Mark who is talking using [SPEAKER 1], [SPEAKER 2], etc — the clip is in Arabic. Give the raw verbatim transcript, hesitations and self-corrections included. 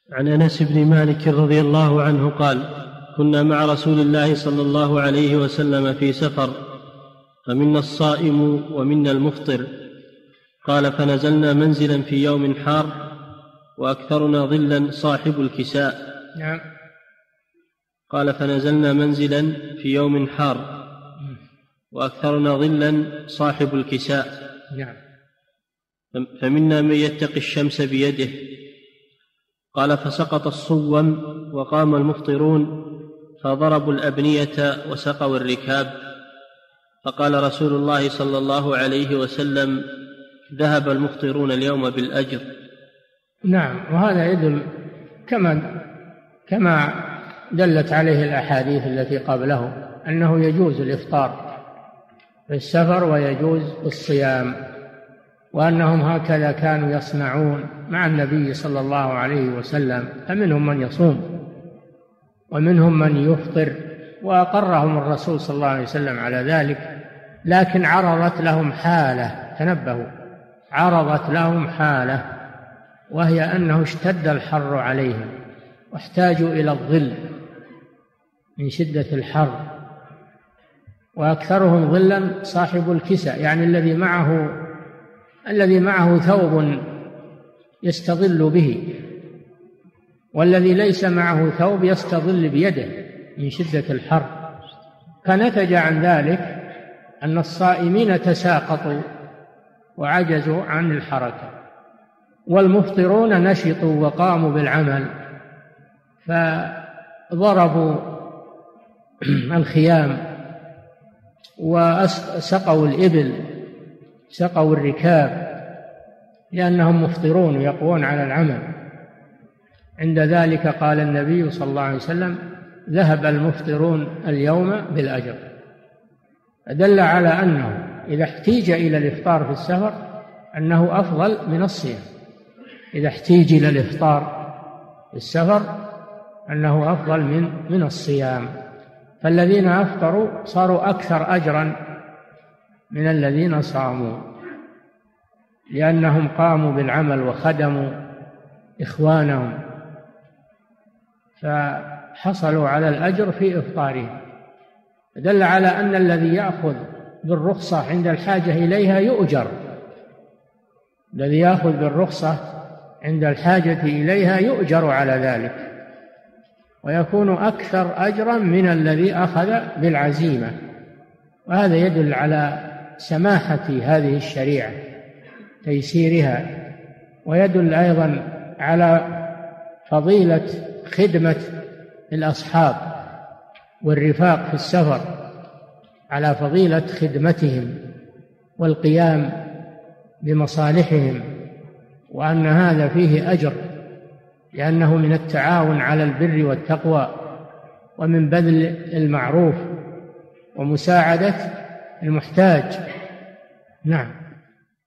[SPEAKER 1] عن أنس بن مالك رضي الله عنه قال: كنا مع رسول الله صلى الله عليه وسلم في سفر، فمنا الصائم ومنا المفطر. قال: فنزلنا منزلا في يوم حار وأكثرنا ظلا صاحب الكساء.
[SPEAKER 2] نعم.
[SPEAKER 1] قال: فنزلنا منزلا في يوم حار وأكثرنا ظلا صاحب الكساء.
[SPEAKER 2] نعم.
[SPEAKER 1] فمنا من يتقي الشمس بيده. قال: فسقط الصوم وقام المفطرون فضربوا الأبنية وسقوا الركاب. فقال رسول الله صلى الله عليه وسلم: ذهب المفطرون اليوم بالأجر.
[SPEAKER 2] نعم. وهذا يدل كما كما دلت عليه الأحاديث التي قبله أنه يجوز الإفطار في السفر ويجوز الصيام، وأنهم هكذا كانوا يصنعون مع النبي صلى الله عليه وسلم، فمنهم من يصوم ومنهم من يفطر، وأقرهم الرسول صلى الله عليه وسلم على ذلك. لكن عرضت لهم حالة، تنبهوا، عرضت لهم حالة، وهي أنه اشتد الحر عليهم واحتاجوا إلى الظل من شدة الحر. وأكثرهم ظلا صاحب الكساء، يعني الذي معه الذي معه ثوب يستظل به، والذي ليس معه ثوب يستظل بيده من شدة الحر. فنتج عن ذلك أن الصائمين تساقطوا وعجزوا عن الحركة، والمفطرون نشطوا وقاموا بالعمل، فضربوا الخيام وسقوا الإبل، سقوا الركاب، لأنهم مفطرون ويقوون على العمل. عند ذلك قال النبي صلى الله عليه وسلم: ذهب المفطرون اليوم بالأجر. فدل على أنه إذا احتيج إلى الإفطار في السفر أنه أفضل من الصيام. إذا احتيج إلى الإفطار في السفر أنه أفضل من من الصيام. فالذين أفطروا صاروا أكثر أجرا من الذين صاموا، لأنهم قاموا بالعمل وخدموا إخوانهم، فحصلوا على الأجر في إفطارهم. دل على أن الذي يأخذ بالرخصة عند الحاجة إليها يؤجر، الذي يأخذ بالرخصة عند الحاجة إليها يؤجر على ذلك، ويكون أكثر أجرا من الذي أخذ بالعزيمة. وهذا يدل على سماحة هذه الشريعة، تيسيرها، ويدل أيضا على فضيلة خدمة الأصحاب والرفاق في السفر، على فضيلة خدمتهم والقيام بمصالحهم، وأن هذا فيه أجر، لأنه من التعاون على البر والتقوى، ومن بذل المعروف ومساعدة المحتاج. نعم.